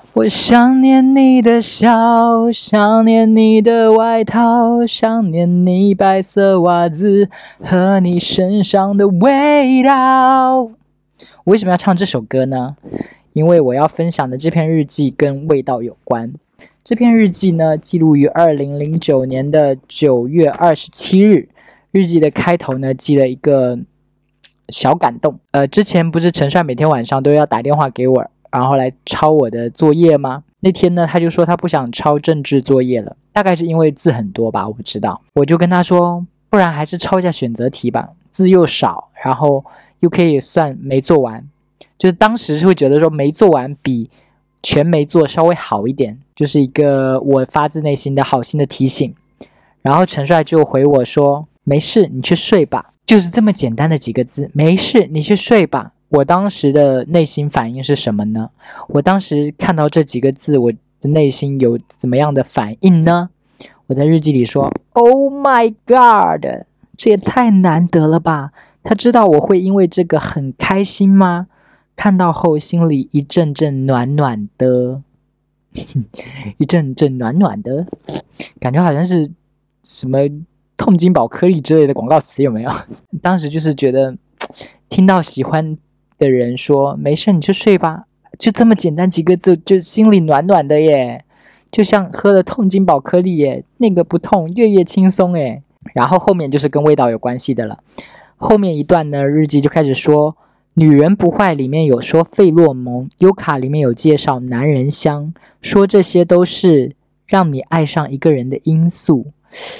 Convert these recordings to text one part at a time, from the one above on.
我想念你的笑，想念你的外套，想念你白色袜子和你身上的味道。我为什么要唱这首歌呢？因为我要分享的这篇日记跟味道有关。这篇日记呢，记录于2009年的9月27日。日记的开头呢，记了一个小感动。之前不是陈帅每天晚上都要打电话给我，然后来抄我的作业吗？那天呢，他就说他不想抄政治作业了，大概是因为字很多吧，我不知道。我就跟他说，不然还是抄一下选择题吧，字又少，然后又可以算没做完。就是当时是会觉得说没做完比全没做稍微好一点，就是一个我发自内心的好心的提醒。然后陈帅就回我说，没事，你去睡吧。就是这么简单的几个字，没事，你去睡吧。我当时的内心反应是什么呢？我当时看到这几个字，我的内心有怎么样的反应呢？我在日记里说 Oh my god， 这也太难得了吧。他知道我会因为这个很开心吗？看到后心里一阵阵暖暖的一阵阵暖暖的感觉，好像是什么痛经宝颗粒之类的广告词，有没有？当时就是觉得听到喜欢的人说没事你去睡吧，就这么简单几个字，就心里暖暖的耶，就像喝了痛经宝颗粒耶，那个不痛月月轻松耶。然后后面就是跟味道有关系的了。后面一段呢，日记就开始说女人不坏里面有说费洛蒙，优卡里面有介绍男人香，说这些都是让你爱上一个人的因素。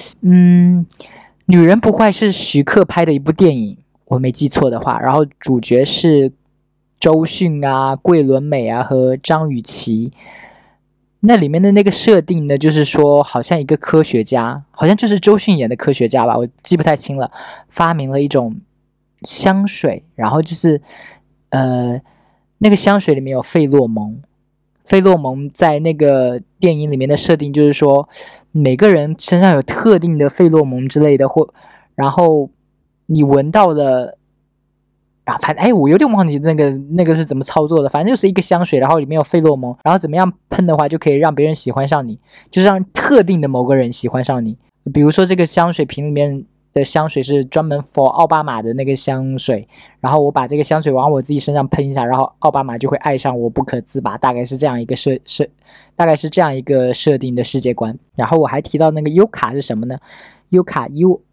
女人不坏是徐克拍的一部电影，我没记错的话，然后主角是周迅啊、桂纶镁啊和张雨绮。那里面的那个设定呢，就是说好像一个科学家，好像就是周迅演的科学家吧，我记不太清了，发明了一种香水，然后就是那个香水里面有费洛蒙。费洛蒙在那个电影里面的设定就是说，每个人身上有特定的费洛蒙之类的，然后你闻到了反正我有点忘记那个是怎么操作的，反正就是一个香水，然后里面有费洛蒙，然后怎么样喷的话就可以让别人喜欢上你，就是让特定的某个人喜欢上你。比如说这个香水瓶里面的香水是专门 for 奥巴马的那个香水，然后我把这个香水往我自己身上喷一下，然后奥巴马就会爱上我不可自拔，大概是这样一个设定的世界观。然后我还提到那个优卡是什么呢？优卡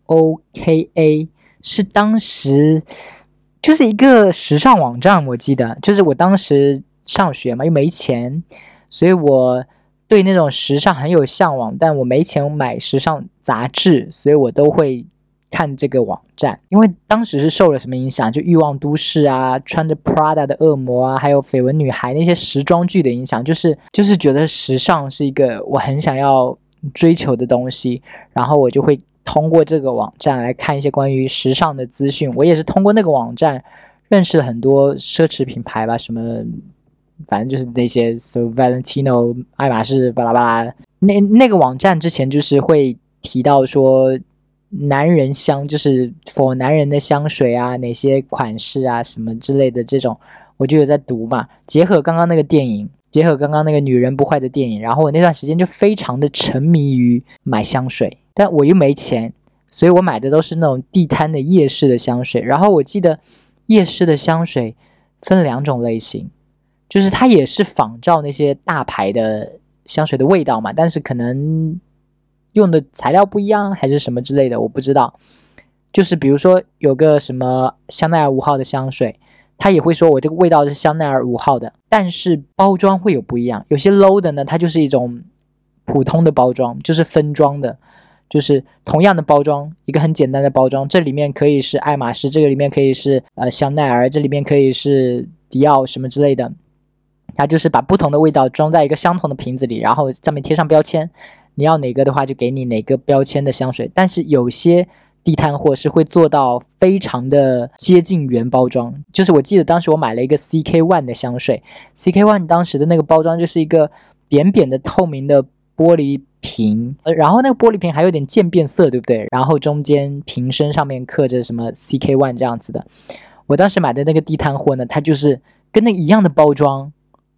UOKA 是当时就是一个时尚网站，我记得就是我当时上学嘛，又没钱，所以我对那种时尚很有向往，但我没钱买时尚杂志，所以我都会看这个网站。因为当时是受了什么影响，就欲望都市啊，穿着 Prada 的恶魔啊，还有绯闻女孩那些时装剧的影响，就是觉得时尚是一个我很想要追求的东西，然后我就会通过这个网站来看一些关于时尚的资讯。我也是通过那个网站认识了很多奢侈品牌吧，什么反正就是那些 Valentino 爱马仕巴拉巴拉。那个网站之前就是会提到说男人香，就是 for 男人的香水啊，哪些款式啊什么之类的，这种我就有在读嘛。结合刚刚那个电影，结合刚刚那个女人不坏的电影，然后我那段时间就非常的沉迷于买香水，但我又没钱，所以我买的都是那种地摊的夜市的香水。然后我记得夜市的香水分两种类型，就是它也是仿照那些大牌的香水的味道嘛，但是可能用的材料不一样还是什么之类的，我不知道。就是比如说有个什么香奈儿5号的香水，他也会说我这个味道是香奈儿5号的，但是包装会有不一样。有些 low 的呢，它就是一种普通的包装，就是分装的，就是同样的包装，一个很简单的包装，这里面可以是爱马仕，这个里面可以是香奈儿，这里面可以是迪奥什么之类的。它就是把不同的味道装在一个相同的瓶子里，然后上面贴上标签，你要哪个的话就给你哪个标签的香水。但是有些地摊货是会做到非常的接近原包装，就是我记得当时我买了一个 CK1 的香水， CK1 当时的那个包装就是一个扁扁的透明的玻璃瓶，然后那个玻璃瓶还有点渐变色，对不对？然后中间瓶身上面刻着什么 CK1 这样子的。我当时买的那个地摊货呢，它就是跟那一样的包装，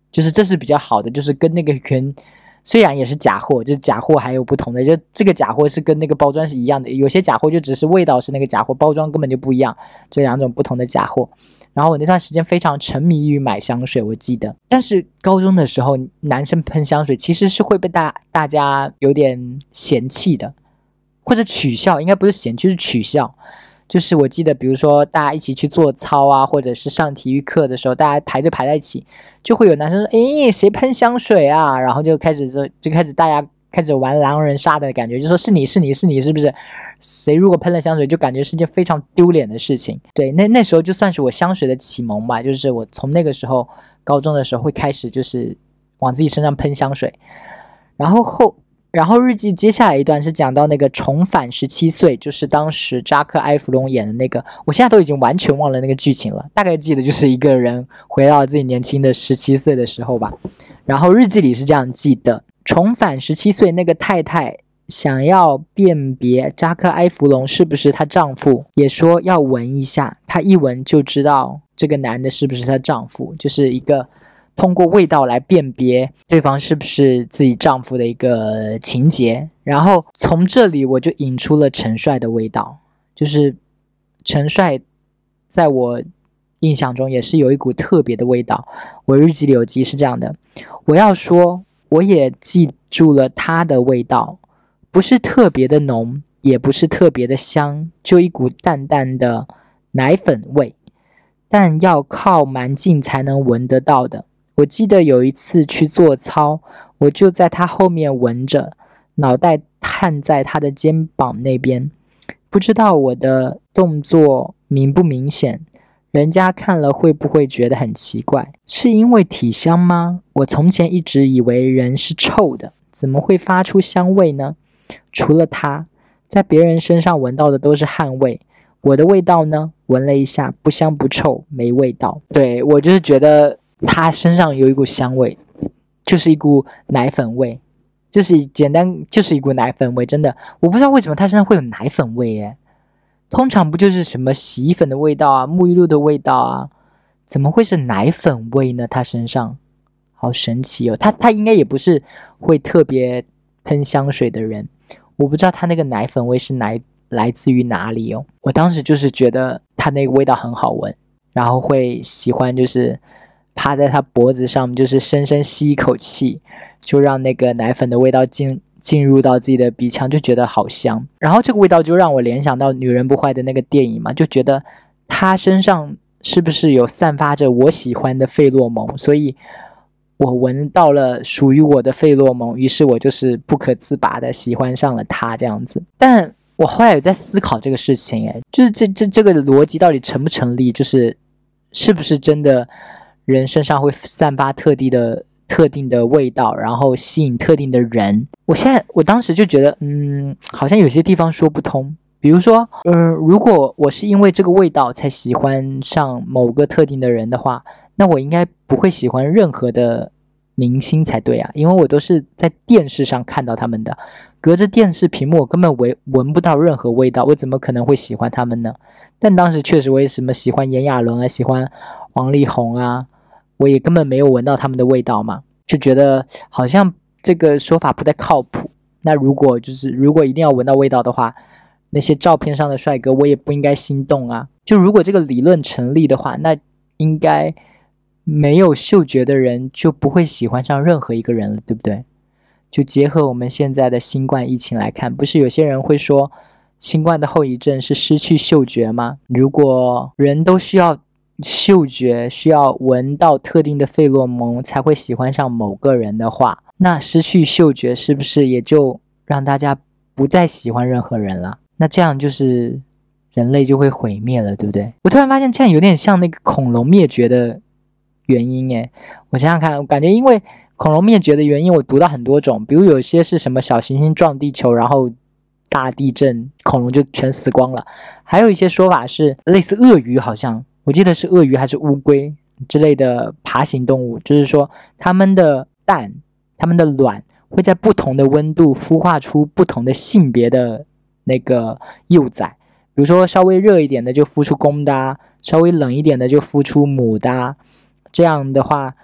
就是这是比较好的，就是跟那个虽然也是假货，就是假货还有不同的，就这个假货是跟那个包装是一样的，有些假货就只是味道是那个假货，包装根本就不一样，这两种不同的假货。然后我那段时间非常沉迷于买香水，我记得。但是高中的时候，男生喷香水其实是会被大家有点嫌弃的，或者取笑，应该不是嫌弃，是取笑。就是我记得，比如说大家一起去做操啊，或者是上体育课的时候，大家排在一起，就会有男生说：“诶，谁喷香水啊？”然后就开始大家开始玩狼人杀的感觉，就说是你是不是？谁如果喷了香水，就感觉是件非常丢脸的事情。对，那时候就算是我香水的启蒙吧，就是我从那个时候高中的时候会开始就是往自己身上喷香水，然后日记接下来一段是讲到那个重返17岁，就是当时扎克埃弗隆演的那个，我现在都已经完全忘了那个剧情了，大概记得就是一个人回到自己年轻的17岁的时候吧。然后日记里是这样记的：重返17岁，那个太太想要辨别扎克埃弗隆是不是她丈夫，也说要闻一下，她一闻就知道这个男的是不是她丈夫，就是一个通过味道来辨别对方是不是自己丈夫的一个情节。然后从这里我就引出了陈帅的味道，就是陈帅在我印象中也是有一股特别的味道。我日记里有记是这样的：我要说我也记住了他的味道，不是特别的浓，也不是特别的香，就一股淡淡的奶粉味，但要靠蛮近才能闻得到的。我记得有一次去做操，我就在他后面闻着，脑袋探在他的肩膀那边，不知道我的动作明不明显，人家看了会不会觉得很奇怪？是因为体香吗？我从前一直以为人是臭的，怎么会发出香味呢？除了他，在别人身上闻到的都是汗味，我的味道呢？闻了一下，不香不臭，没味道。对，我就是觉得他身上有一股香味，就是一股奶粉味，就是简单就是一股奶粉味，真的我不知道为什么他身上会有奶粉味耶。通常不就是什么洗衣粉的味道啊，沐浴露的味道啊，怎么会是奶粉味呢？他身上好神奇哦。他应该也不是会特别喷香水的人，我不知道他那个奶粉味是来自于哪里哦。我当时就是觉得他那个味道很好闻，然后会喜欢就是趴在他脖子上，就是深深吸一口气，就让那个奶粉的味道进入到自己的鼻腔，就觉得好香。然后这个味道就让我联想到女人不坏的那个电影嘛，就觉得他身上是不是有散发着我喜欢的费洛蒙，所以我闻到了属于我的费洛蒙，于是我就是不可自拔的喜欢上了他这样子。但我后来有在思考这个事情，就是这个逻辑到底成不成立，就是是不是真的人身上会散发特定的味道，然后吸引特定的人。我当时就觉得好像有些地方说不通。比如说如果我是因为这个味道才喜欢上某个特定的人的话，那我应该不会喜欢任何的明星才对啊，因为我都是在电视上看到他们的，隔着电视屏幕我根本闻不到任何味道，我怎么可能会喜欢他们呢？但当时确实我也什么喜欢炎亚纶啊，喜欢王力宏啊，我也根本没有闻到他们的味道嘛，就觉得好像这个说法不太靠谱。那如果一定要闻到味道的话，那些照片上的帅哥我也不应该心动啊。就如果这个理论成立的话，那应该没有嗅觉的人就不会喜欢上任何一个人了，对不对？就结合我们现在的新冠疫情来看，不是有些人会说新冠的后遗症是失去嗅觉吗？如果人都需要嗅觉，需要闻到特定的费洛蒙才会喜欢上某个人的话，那失去嗅觉是不是也就让大家不再喜欢任何人了？那这样就是人类就会毁灭了，对不对？我突然发现这样有点像那个恐龙灭绝的原因耶。我想想看，我感觉因为恐龙灭绝的原因我读到很多种，比如有些是什么小行星撞地球，然后大地震，恐龙就全死光了。还有一些说法是类似鳄鱼，好像我记得是鳄鱼还是乌龟之类的爬行动物，就是说它们的蛋、它们的卵会在不同的温度孵化出不同的性别的那个幼崽，比如说稍微热一点的就孵出公的啊，稍微冷一点的就孵出母的啊。这样的话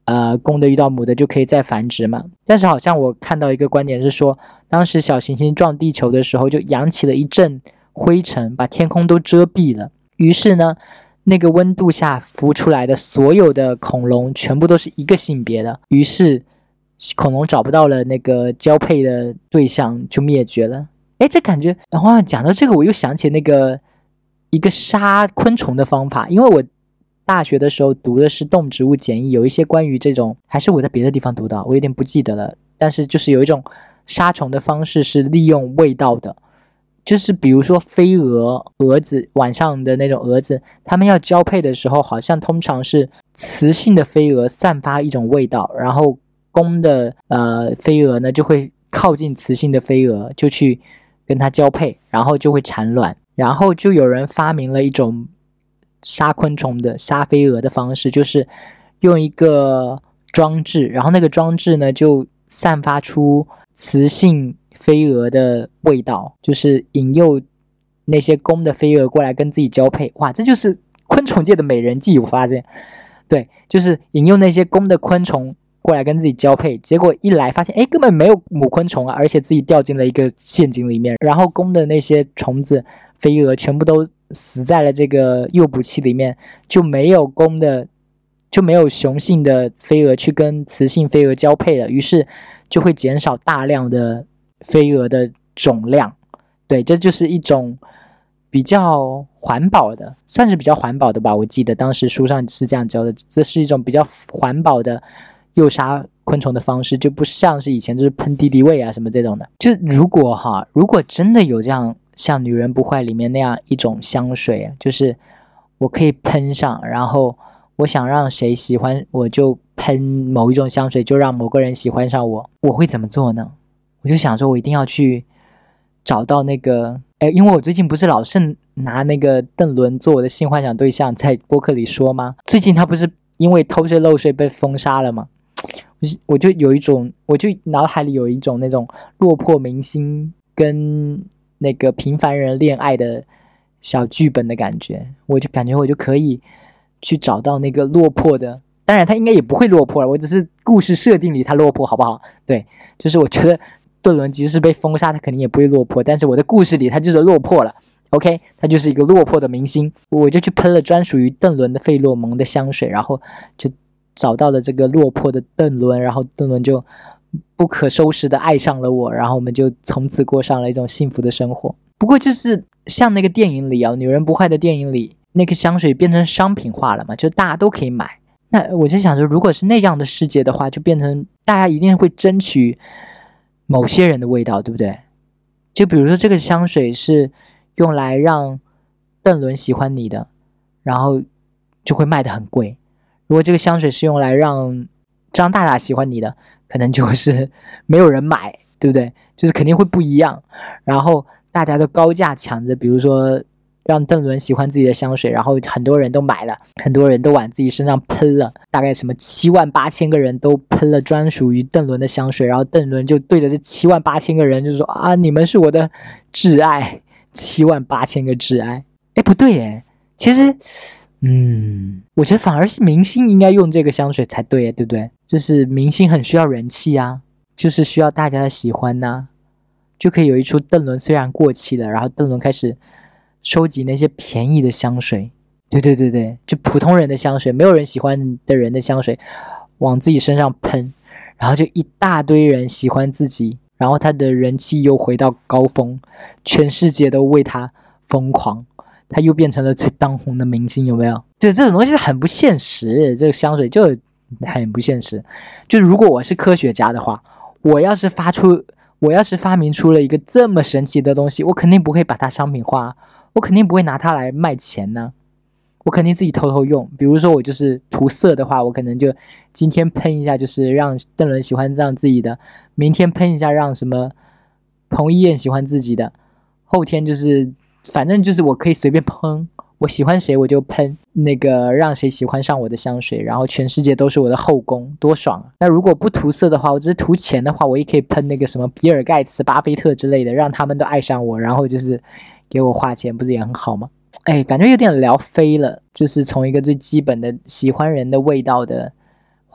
公的遇到母的就可以再繁殖嘛。但是好像我看到一个观点是说，当时小行星撞地球的时候就扬起了一阵灰尘，把天空都遮蔽了，于是呢那个温度下孵出来的所有的恐龙全部都是一个性别的，于是恐龙找不到了那个交配的对象就灭绝了。这感觉，然后讲到这个我又想起那个一个杀昆虫的方法，因为我大学的时候读的是动植物检疫，有一些关于这种，还是我在别的地方读到，我有点不记得了，但是就是有一种杀虫的方式是利用味道的，就是比如说飞蛾子，晚上的那种蛾子，它们要交配的时候好像通常是雌性的飞蛾散发一种味道，然后公的飞蛾呢就会靠近雌性的飞蛾，就去跟它交配，然后就会产卵，然后就有人发明了一种杀昆虫的杀飞蛾的方式，就是用一个装置，然后那个装置呢就散发出雌性飞蛾的味道，就是引诱那些公的飞蛾过来跟自己交配。哇，这就是昆虫界的美人计，我发现。对，就是引诱那些公的昆虫过来跟自己交配，结果一来发现根本没有母昆虫啊，而且自己掉进了一个陷阱里面，然后公的那些虫子飞蛾全部都死在了这个诱捕器里面，就没有雄性的飞蛾去跟雌性飞蛾交配了，于是就会减少大量的飞蛾的总量。对，这就是一种比较环保的，算是比较环保的吧，我记得当时书上是这样教的，这是一种比较环保的诱杀昆虫的方式，就不像是以前就是喷敌敌畏啊什么这种的。就如果真的有这样像女人不坏里面那样一种香水，就是我可以喷上，然后我想让谁喜欢我就喷某一种香水，就让某个人喜欢上我，我会怎么做呢？我就想说我一定要去找到那个因为我最近不是老是拿那个邓伦做我的性幻想对象在播客里说吗？最近他不是因为偷税漏税被封杀了吗？我就脑海里有一种那种落魄明星跟那个平凡人恋爱的小剧本的感觉，我就感觉我就可以去找到那个落魄的，当然他应该也不会落魄了，我只是故事设定里他落魄，好不好？对，就是我觉得邓伦即使被封杀他肯定也不会落魄，但是我的故事里他就是落魄了， OK， 他就是一个落魄的明星，我就去喷了专属于邓伦的费洛蒙的香水，然后就找到了这个落魄的邓伦，然后邓伦就不可收拾的爱上了我，然后我们就从此过上了一种幸福的生活。不过就是像那个电影里女人不坏的电影里，那个香水变成商品化了嘛，就大家都可以买。那我就想说，如果是那样的世界的话，就变成大家一定会争取某些人的味道，对不对？就比如说这个香水是用来让邓伦喜欢你的，然后就会卖得很贵。如果这个香水是用来让张大大喜欢你的，可能就是没有人买，对不对？就是肯定会不一样。然后大家都高价抢着，比如说让邓伦喜欢自己的香水，然后很多人都买了，很多人都往自己身上喷了，大概什么78000个人都喷了专属于邓伦的香水，然后邓伦就对着这78000个人就说啊，你们是我的挚爱，78000个挚爱。不对其实我觉得反而是明星应该用这个香水才对，对不对？就是明星很需要人气啊，就是需要大家的喜欢啊，就可以有一出邓伦虽然过气了，然后邓伦开始收集那些便宜的香水，对，就普通人的香水，没有人喜欢的人的香水往自己身上喷，然后就一大堆人喜欢自己，然后他的人气又回到高峰，全世界都为他疯狂，他又变成了最当红的明星，有没有？就这种东西很不现实，这个香水就很不现实。就如果我是科学家的话，我要是发明出了一个这么神奇的东西，我肯定不会把它商品化，我肯定不会拿它来卖钱呢，我肯定自己偷偷用。比如说我就是涂色的话，我可能就今天喷一下就是让邓伦喜欢上自己的，明天喷一下让什么彭于晏喜欢自己的，后天就是反正就是我可以随便喷，我喜欢谁我就喷那个让谁喜欢上我的香水，然后全世界都是我的后宫，多爽啊！那如果不涂色的话，我只是涂钱的话，我也可以喷那个什么比尔盖茨、巴菲特之类的，让他们都爱上我，然后就是给我花钱，不是也很好吗？感觉有点聊飞了，就是从一个最基本的喜欢人的味道的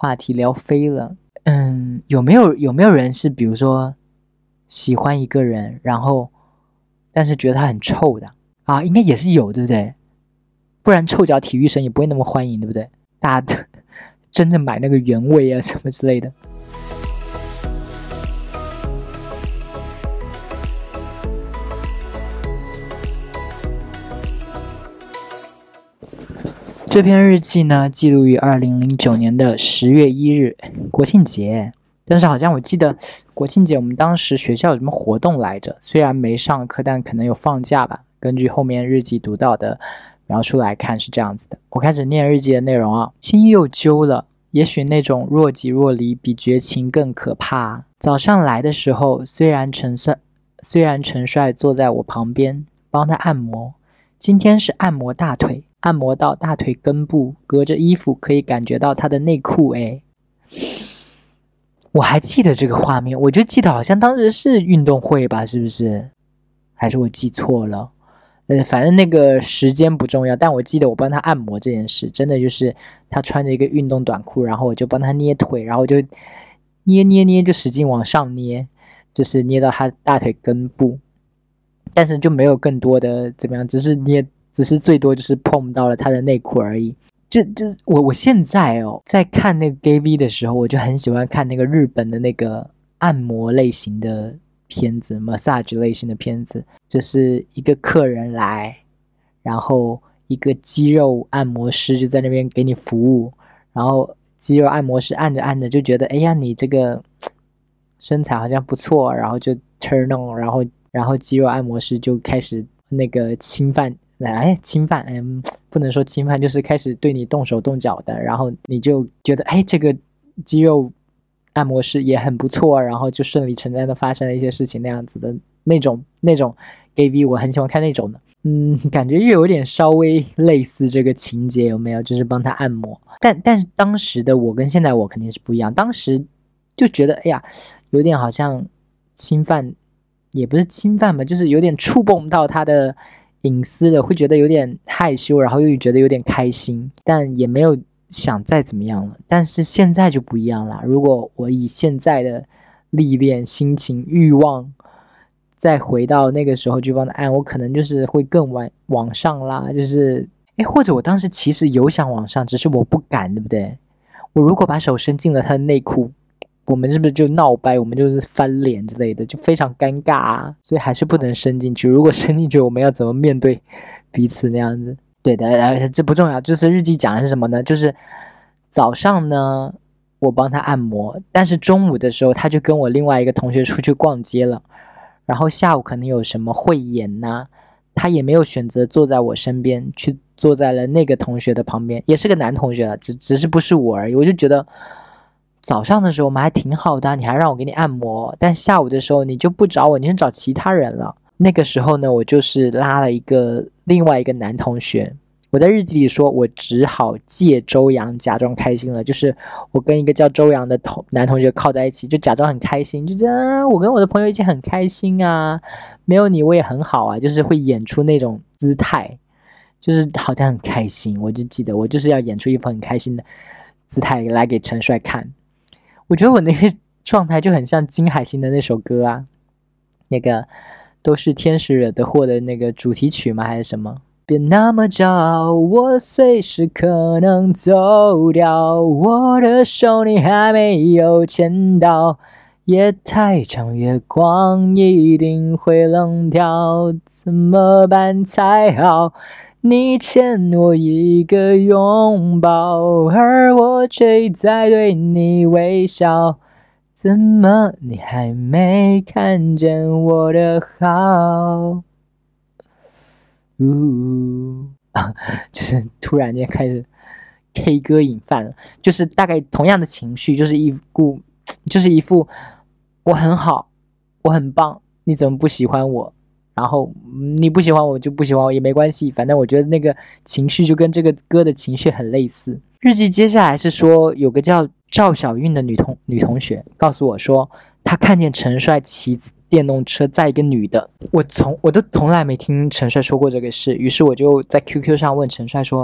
话题聊飞了。有没有人是比如说喜欢一个人，然后但是觉得他很臭的啊？应该也是有，对不对？不然臭脚体育生也不会那么欢迎，对不对？大家真的买那个原味啊什么之类的。这篇日记呢，记录于2009年的10月1日，国庆节。但是好像我记得国庆节我们当时学校有什么活动来着，虽然没上课，但可能有放假吧。根据后面日记读到的描述来看是这样子的。我开始念日记的内容啊，心又揪了，也许那种若即若离比绝情更可怕。早上来的时候，虽然陈帅坐在我旁边帮他按摩，今天是按摩大腿，按摩到大腿根部，隔着衣服可以感觉到他的内裤。我还记得这个画面，我就记得好像当时是运动会吧，是不是？还是我记错了？反正那个时间不重要，但我记得我帮他按摩这件事，真的就是他穿着一个运动短裤，然后我就帮他捏腿，然后我就捏，就使劲往上捏，就是捏到他大腿根部，但是就没有更多的怎么样，只是最多就是碰到了他的内裤而已。我现在在看那个 gay V 的时候，我就很喜欢看那个日本的那个按摩类型的片子 ，massage 类型的片子，就是一个客人来，然后一个肌肉按摩师就在那边给你服务，然后肌肉按摩师按着按着就觉得，哎呀，你这个身材好像不错，然后就 turn on， 然后肌肉按摩师就开始那个侵犯，不能说侵犯，就是开始对你动手动脚的，然后你就觉得，这个肌肉按摩师也很不错，然后就顺理成章的发生了一些事情，那样子的那种 gay V， 我很喜欢看那种的。感觉又有点稍微类似这个情节，有没有？就是帮他按摩，但是当时的我跟现在我肯定是不一样，当时就觉得，有点好像侵犯，也不是侵犯吧，就是有点触碰到他的隐私了，会觉得有点害羞，然后又觉得有点开心，但也没有想再怎么样了。但是现在就不一样了，如果我以现在的历练、心情、欲望再回到那个时候去帮他按，我可能就是会更往上啦，就是或者我当时其实有想往上，只是我不敢，对不对？我如果把手伸进了他的内裤，我们是不是就闹掰，我们就是翻脸之类的，就非常尴尬啊，所以还是不能伸进去。如果伸进去，我们要怎么面对彼此那样子？对的，这不重要，就是日记讲的是什么呢？就是早上呢我帮他按摩，但是中午的时候他就跟我另外一个同学出去逛街了，然后下午可能有什么汇演啊，他也没有选择坐在我身边，去坐在了那个同学的旁边，也是个男同学了，只是不是我而已。我就觉得早上的时候我们还挺好的，你还让我给你按摩，但下午的时候你就不找我，你是找其他人了。那个时候呢，我就是拉了另外一个男同学，我在日记里说我只好借周洋假装开心了，就是我跟一个叫周洋的男同学靠在一起，就假装很开心，就觉得我跟我的朋友一起很开心啊，没有你我也很好啊，就是会演出那种姿态，就是好像很开心。我就记得我就是要演出一副很开心的姿态来给陈帅看。我觉得我那个状态就很像金海心的那首歌啊，那个都是天使惹的祸的那个主题曲吗？还是什么？别那么骄傲，我随时可能走掉，我的手你还没有牵到，夜太长，月光一定会冷掉，怎么办才好？你欠我一个拥抱，而我却在对你微笑，怎么你还没看见我的好？就是突然间开始 K 歌瘾犯了，就是大概同样的情绪，就是一副我很好，我很棒，你怎么不喜欢我？然后你不喜欢我就不喜欢我也没关系，反正我觉得那个情绪就跟这个歌的情绪很类似。日记接下来是说有个叫赵小韵的女同学告诉我说，她看见陈帅骑电动车载一个女的。我都从来没听陈帅说过这个事，于是我就在 QQ 上问陈帅说，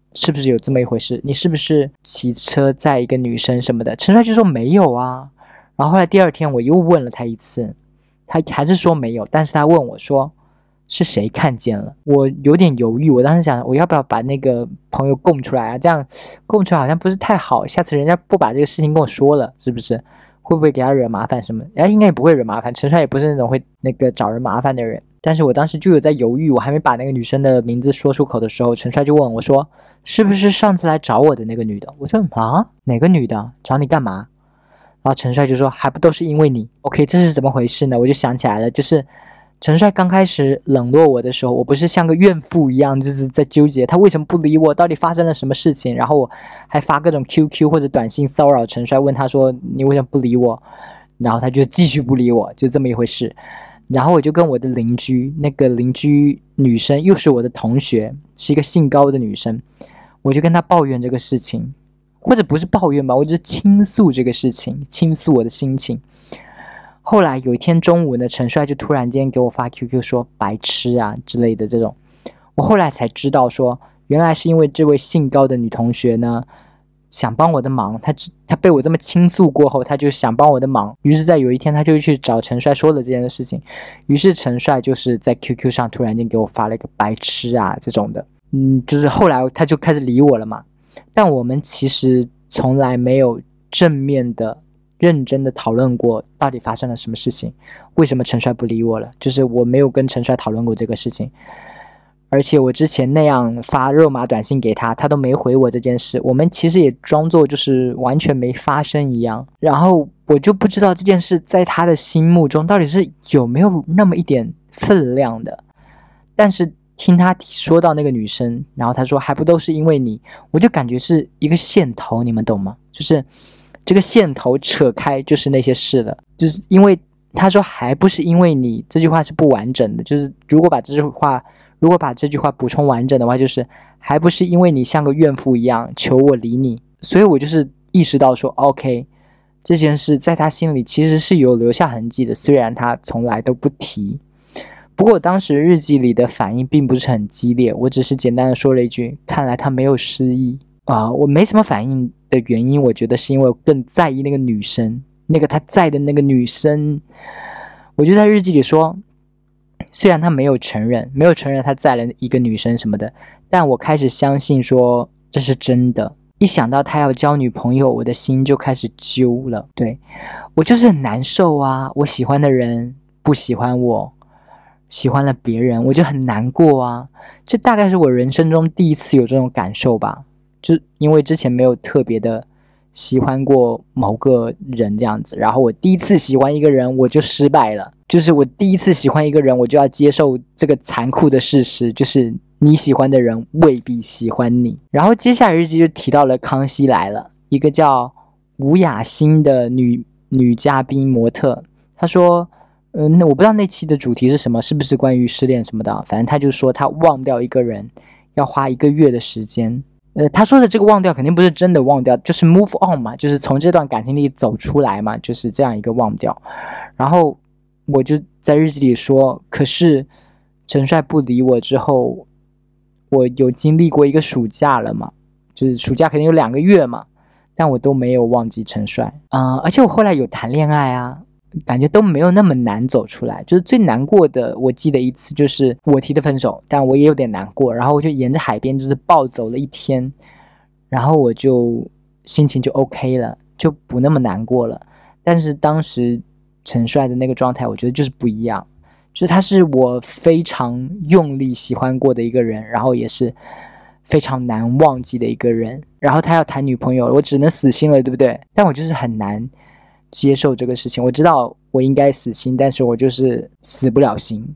是不是有这么一回事？你是不是骑车载一个女生什么的？陈帅就说没有啊。然后后来第二天我又问了他一次，他还是说没有，但是他问我说是谁看见了。我有点犹豫，我当时想我要不要把那个朋友供出来啊？这样供出来好像不是太好，下次人家不把这个事情跟我说了，是不是会不会给他惹麻烦什么？应该也不会惹麻烦，陈帅也不是那种会找人麻烦的人。但是我当时就有在犹豫，我还没把那个女生的名字说出口的时候，陈帅就问我说是不是上次来找我的那个女的？我说啊，哪个女的找你干嘛？然后陈帅就说还不都是因为你。 OK， 这是怎么回事呢？我就想起来了，就是陈帅刚开始冷落我的时候，我不是像个怨妇一样，就是在纠结他为什么不理我，到底发生了什么事情，然后我还发各种 QQ 或者短信骚扰陈帅，问他说你为什么不理我，然后他就继续不理我，就这么一回事。然后我就跟我的邻居，那个邻居女生又是我的同学，是一个姓高的女生，我就跟她抱怨这个事情，或者不是抱怨吧，我就是倾诉这个事情，倾诉我的心情。后来有一天中午呢，陈帅就突然间给我发 QQ 说白痴啊之类的这种，我后来才知道说原来是因为这位姓高的女同学呢想帮我的忙，他被我这么倾诉过后，他就想帮我的忙，于是在有一天他就去找陈帅说了这件事情，于是陈帅就是在 QQ 上突然间给我发了一个白痴啊这种的，就是后来他就开始理我了嘛，但我们其实从来没有正面的认真的讨论过到底发生了什么事情，为什么陈帅不理我了，就是我没有跟陈帅讨论过这个事情。而且我之前那样发肉麻短信给他，他都没回我这件事，我们其实也装作就是完全没发生一样。然后我就不知道这件事在他的心目中到底是有没有那么一点分量的。但是听他说到那个女生，然后他说还不都是因为你，我就感觉是一个线头，你们懂吗？就是这个线头扯开就是那些事了，就是因为他说还不是因为你，这句话是不完整的，就是如果把这句话补充完整的话，就是还不是因为你像个怨妇一样求我理你。所以我就是意识到说 OK， 这件事在他心里其实是有留下痕迹的，虽然他从来都不提。不过我当时日记里的反应并不是很激烈，我只是简单的说了一句看来他没有失忆我没什么反应的原因，我觉得是因为我更在意那个女生，那个他在的那个女生。我就在日记里说，虽然他没有承认他载了一个女生什么的，但我开始相信说这是真的。一想到他要交女朋友，我的心就开始揪了。对，我就是很难受啊，我喜欢的人不喜欢我，喜欢了别人，我就很难过啊。这大概是我人生中第一次有这种感受吧，就因为之前没有特别的喜欢过某个人这样子，然后我第一次喜欢一个人我就失败了，就是我第一次喜欢一个人我就要接受这个残酷的事实，就是你喜欢的人未必喜欢你。然后接下来日记就提到了康熙来了，一个叫吴雅欣的女嘉宾模特，她说那我不知道那期的主题是什么，是不是关于失恋什么的，反正她就说她忘掉一个人要花1个月的时间。他说的这个忘掉肯定不是真的忘掉，就是 move on 嘛，就是从这段感情里走出来嘛，就是这样一个忘掉。然后我就在日记里说，可是陈帅不理我之后，我有经历过一个暑假了嘛，就是暑假肯定有2个月嘛，但我都没有忘记陈帅而且我后来有谈恋爱啊，感觉都没有那么难走出来。就是最难过的我记得一次就是我提的分手，但我也有点难过，然后我就沿着海边就是暴走了1天，然后我就心情就 OK 了，就不那么难过了。但是当时陈帅的那个状态我觉得就是不一样，就是他是我非常用力喜欢过的一个人，然后也是非常难忘记的一个人，然后他要谈女朋友了，我只能死心了，对不对？但我就是很难接受这个事情，我知道我应该死心，但是我就是死不了心。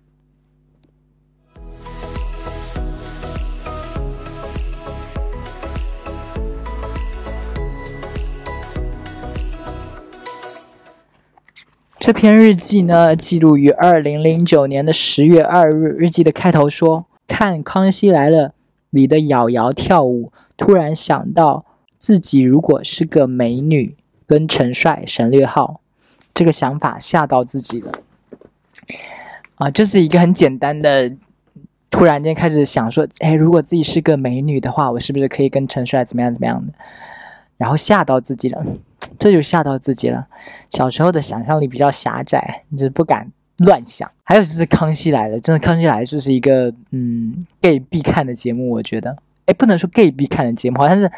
这篇日记呢，记录于2009年的10月2日。日记的开头说，看《康熙来了》里的瑶瑶跳舞，突然想到自己如果是个美女，跟陈帅省略号，这个想法吓到自己了这是一个很简单的突然间开始想说，哎，如果自己是个美女的话，我是不是可以跟陈帅怎么样怎么样的？然后吓到自己了，这就吓到自己了。小时候的想象力比较狭窄，就是不敢乱想。还有就是康熙来了，真的康熙来了就是一个gay 必看的节目，我觉得。哎，不能说 gay 必看的节目，好像是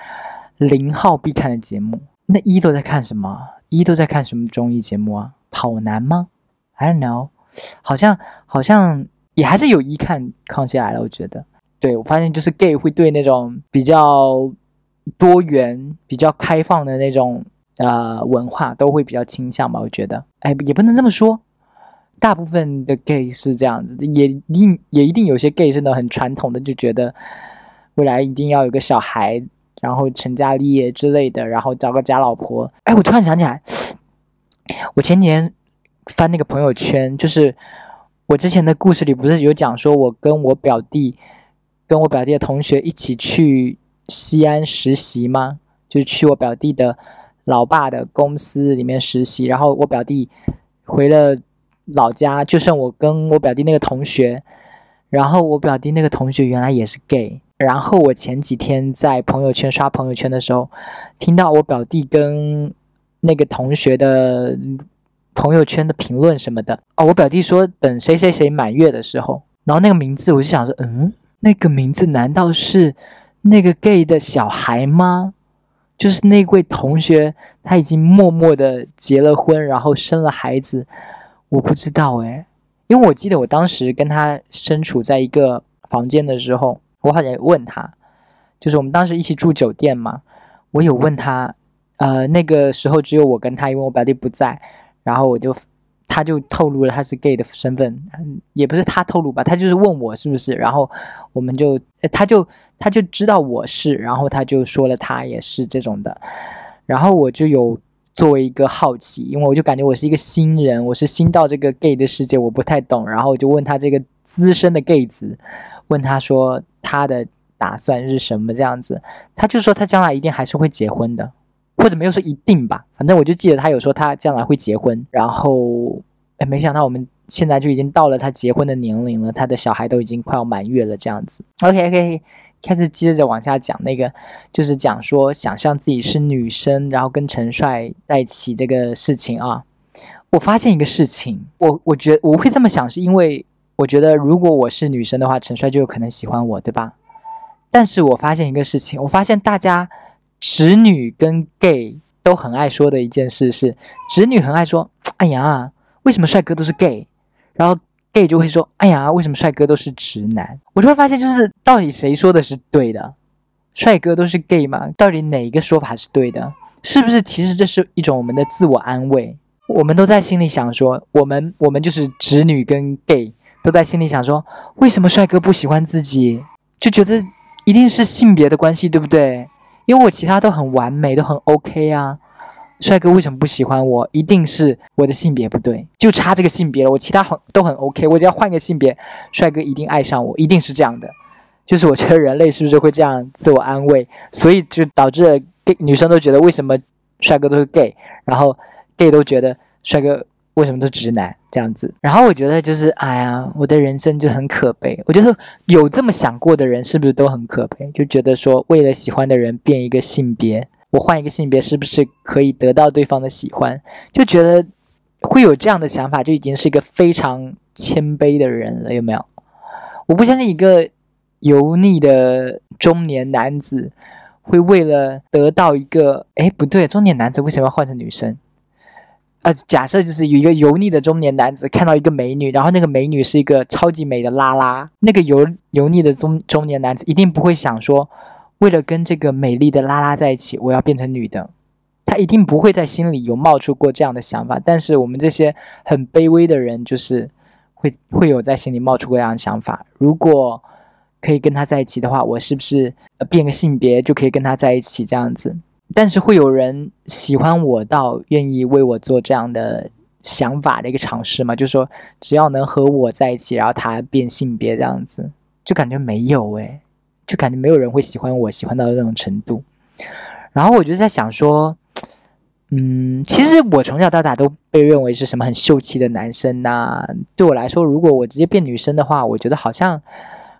0号必看的节目。那都在看什么？都在看什么综艺节目啊？跑男吗？ I don't know， 好像也还是有看康熙来了，我觉得。对，我发现就是 gay 会对那种比较多元、比较开放的那种文化都会比较倾向吧，我觉得。哎，也不能这么说，大部分的 gay 是这样子的，也一定有些 gay 是那种很传统的，就觉得未来一定要有个小孩，然后成家立业之类的，然后找个假老婆。哎，我突然想起来，我前年翻那个朋友圈，就是我之前的故事里不是有讲说我跟我表弟的同学一起去西安实习吗？就是去我表弟的老爸的公司里面实习，然后我表弟回了老家，就剩我跟我表弟那个同学，然后我表弟那个同学原来也是 gay， 然后我前几天在朋友圈刷朋友圈的时候，听到我表弟跟那个同学的朋友圈的评论什么的，我表弟说等谁谁谁满月的时候，然后那个名字我就想说，那个名字难道是那个 gay 的小孩吗？就是那位同学他已经默默的结了婚，然后生了孩子，我不知道因为我记得我当时跟他身处在一个房间的时候，我好像问他，就是我们当时一起住酒店嘛，我有问他，那个时候只有我跟他，因为我表弟不在，然后他就透露了他是 gay 的身份，也不是他透露吧，他就是问我是不是，然后我们就他就知道我是，然后他就说了他也是这种的，然后我就有作为一个好奇，因为我就感觉我是一个新人，我是新到这个 gay 的世界，我不太懂，然后我就问他这个资深的 gay 子，问他说他的打算是什么这样子，他就说他将来一定还是会结婚的。或者没有说一定吧，反正我就记得他有说他将来会结婚，然后没想到我们现在就已经到了他结婚的年龄了，他的小孩都已经快要满月了这样子。OK， 开始接着往下讲，那个就是讲说想象自己是女生，然后跟陈帅在一起这个事情啊。我发现一个事情，我觉得我会这么想，是因为我觉得如果我是女生的话，陈帅就有可能喜欢我，对吧？但是我发现一个事情，我发现大家直女跟 gay 都很爱说的一件事是，直女很爱说，哎呀，为什么帅哥都是 gay？ 然后 gay 就会说，哎呀，为什么帅哥都是直男？我就会发现，就是到底谁说的是对的？帅哥都是 gay 吗？到底哪一个说法是对的？是不是其实这是一种我们的自我安慰？我们都在心里想说，我们就是直女跟 gay 都在心里想说，为什么帅哥不喜欢自己？就觉得一定是性别的关系，对不对？因为我其他都很完美，都很 OK 啊，帅哥为什么不喜欢我？一定是我的性别不对，就差这个性别了，我其他都很 OK， 我只要换一个性别，帅哥一定爱上我，一定是这样的。就是我觉得人类是不是会这样自我安慰，所以就导致了 gay 女生都觉得为什么帅哥都是 gay， 然后 gay 都觉得帅哥为什么都直男这样子。然后我觉得就是哎呀，我的人生就很可悲。我觉得有这么想过的人是不是都很可悲，就觉得说为了喜欢的人变一个性别，我换一个性别是不是可以得到对方的喜欢，就觉得会有这样的想法就已经是一个非常谦卑的人了，有没有？我不相信一个油腻的中年男子会为了得到一个不对，中年男子为什么要换成女生？假设就是有一个油腻的中年男子看到一个美女，然后那个美女是一个超级美的拉拉，那个油腻的中年男子一定不会想说，为了跟这个美丽的拉拉在一起，我要变成女的。他一定不会在心里有冒出过这样的想法。但是我们这些很卑微的人，就是会有在心里冒出过这样的想法。如果可以跟他在一起的话，我是不是变个性别就可以跟他在一起这样子？但是会有人喜欢我到愿意为我做这样的想法的一个尝试吗？就是说只要能和我在一起，然后他变性别这样子，就感觉没有就感觉没有人会喜欢我，喜欢到那种程度。然后我就在想说其实我从小到大都被认为是什么很秀气的男生啊，对我来说如果我直接变女生的话，我觉得好像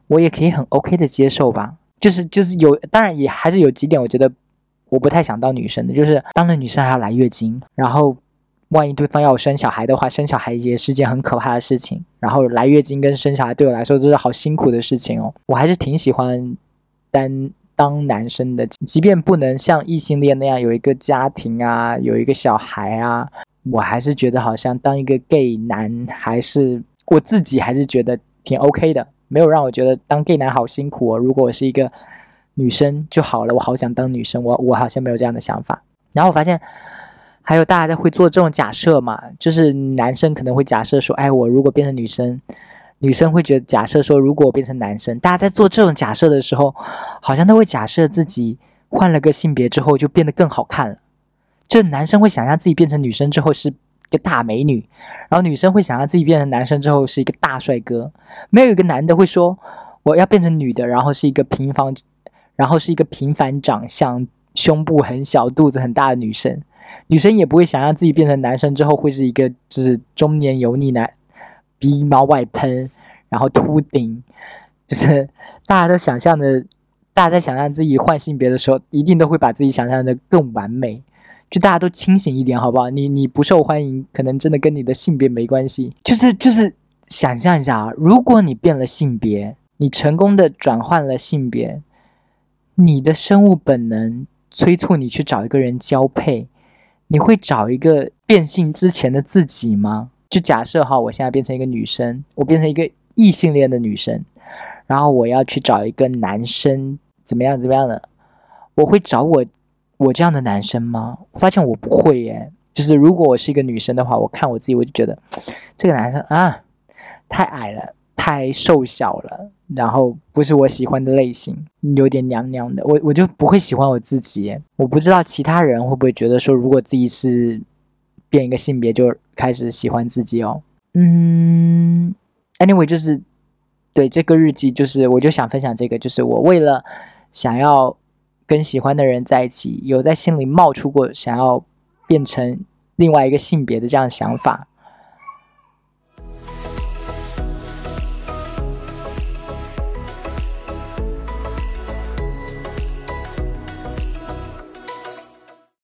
我也可以很 OK 的接受吧。就是有，当然也还是有几点我觉得我不太想当女生的，就是当了女生还要来月经，然后万一对方要我生小孩的话，生小孩也是件很可怕的事情，然后来月经跟生小孩对我来说都是好辛苦的事情哦。我还是挺喜欢当男生的，即便不能像异性恋那样有一个家庭啊，有一个小孩啊，我还是觉得好像当一个 gay 男，还是我自己还是觉得挺 OK 的，没有让我觉得当 gay 男好辛苦哦。如果我是一个女生就好了，我好想当女生，我好像没有这样的想法。然后我发现还有大家会做这种假设嘛，就是男生可能会假设说，哎，我如果变成女生，女生会觉得假设说，如果我变成男生，大家在做这种假设的时候，好像都会假设自己换了个性别之后就变得更好看了。就男生会想象自己变成女生之后是一个大美女，然后女生会想象自己变成男生之后是一个大帅哥。没有一个男的会说我要变成女的，然后是一个平凡长相、胸部很小、肚子很大的女生。女生也不会想象自己变成男生之后会是一个就是中年油腻男，鼻毛外喷，然后秃顶，就是大家在想象自己换性别的时候，一定都会把自己想象的更完美。就大家都清醒一点，好不好？你不受欢迎，可能真的跟你的性别没关系。就是想象一下啊，如果你变了性别，你成功的转换了性别，你的生物本能催促你去找一个人交配，你会找一个变性之前的自己吗？就假设哈，我现在变成一个女生，我变成一个异性恋的女生，然后我要去找一个男生，怎么样的，我会找我这样的男生吗？我发现我不会耶。就是如果我是一个女生的话，我看我自己，我就觉得这个男生啊，太矮了，太瘦小了，然后不是我喜欢的类型，有点娘娘的，我就不会喜欢我自己耶。我不知道其他人会不会觉得说，如果自己是变一个性别就开始喜欢自己哦。anyway 就是对这个日记，就是我就想分享这个，就是我为了想要跟喜欢的人在一起，有在心里冒出过想要变成另外一个性别的这样的想法。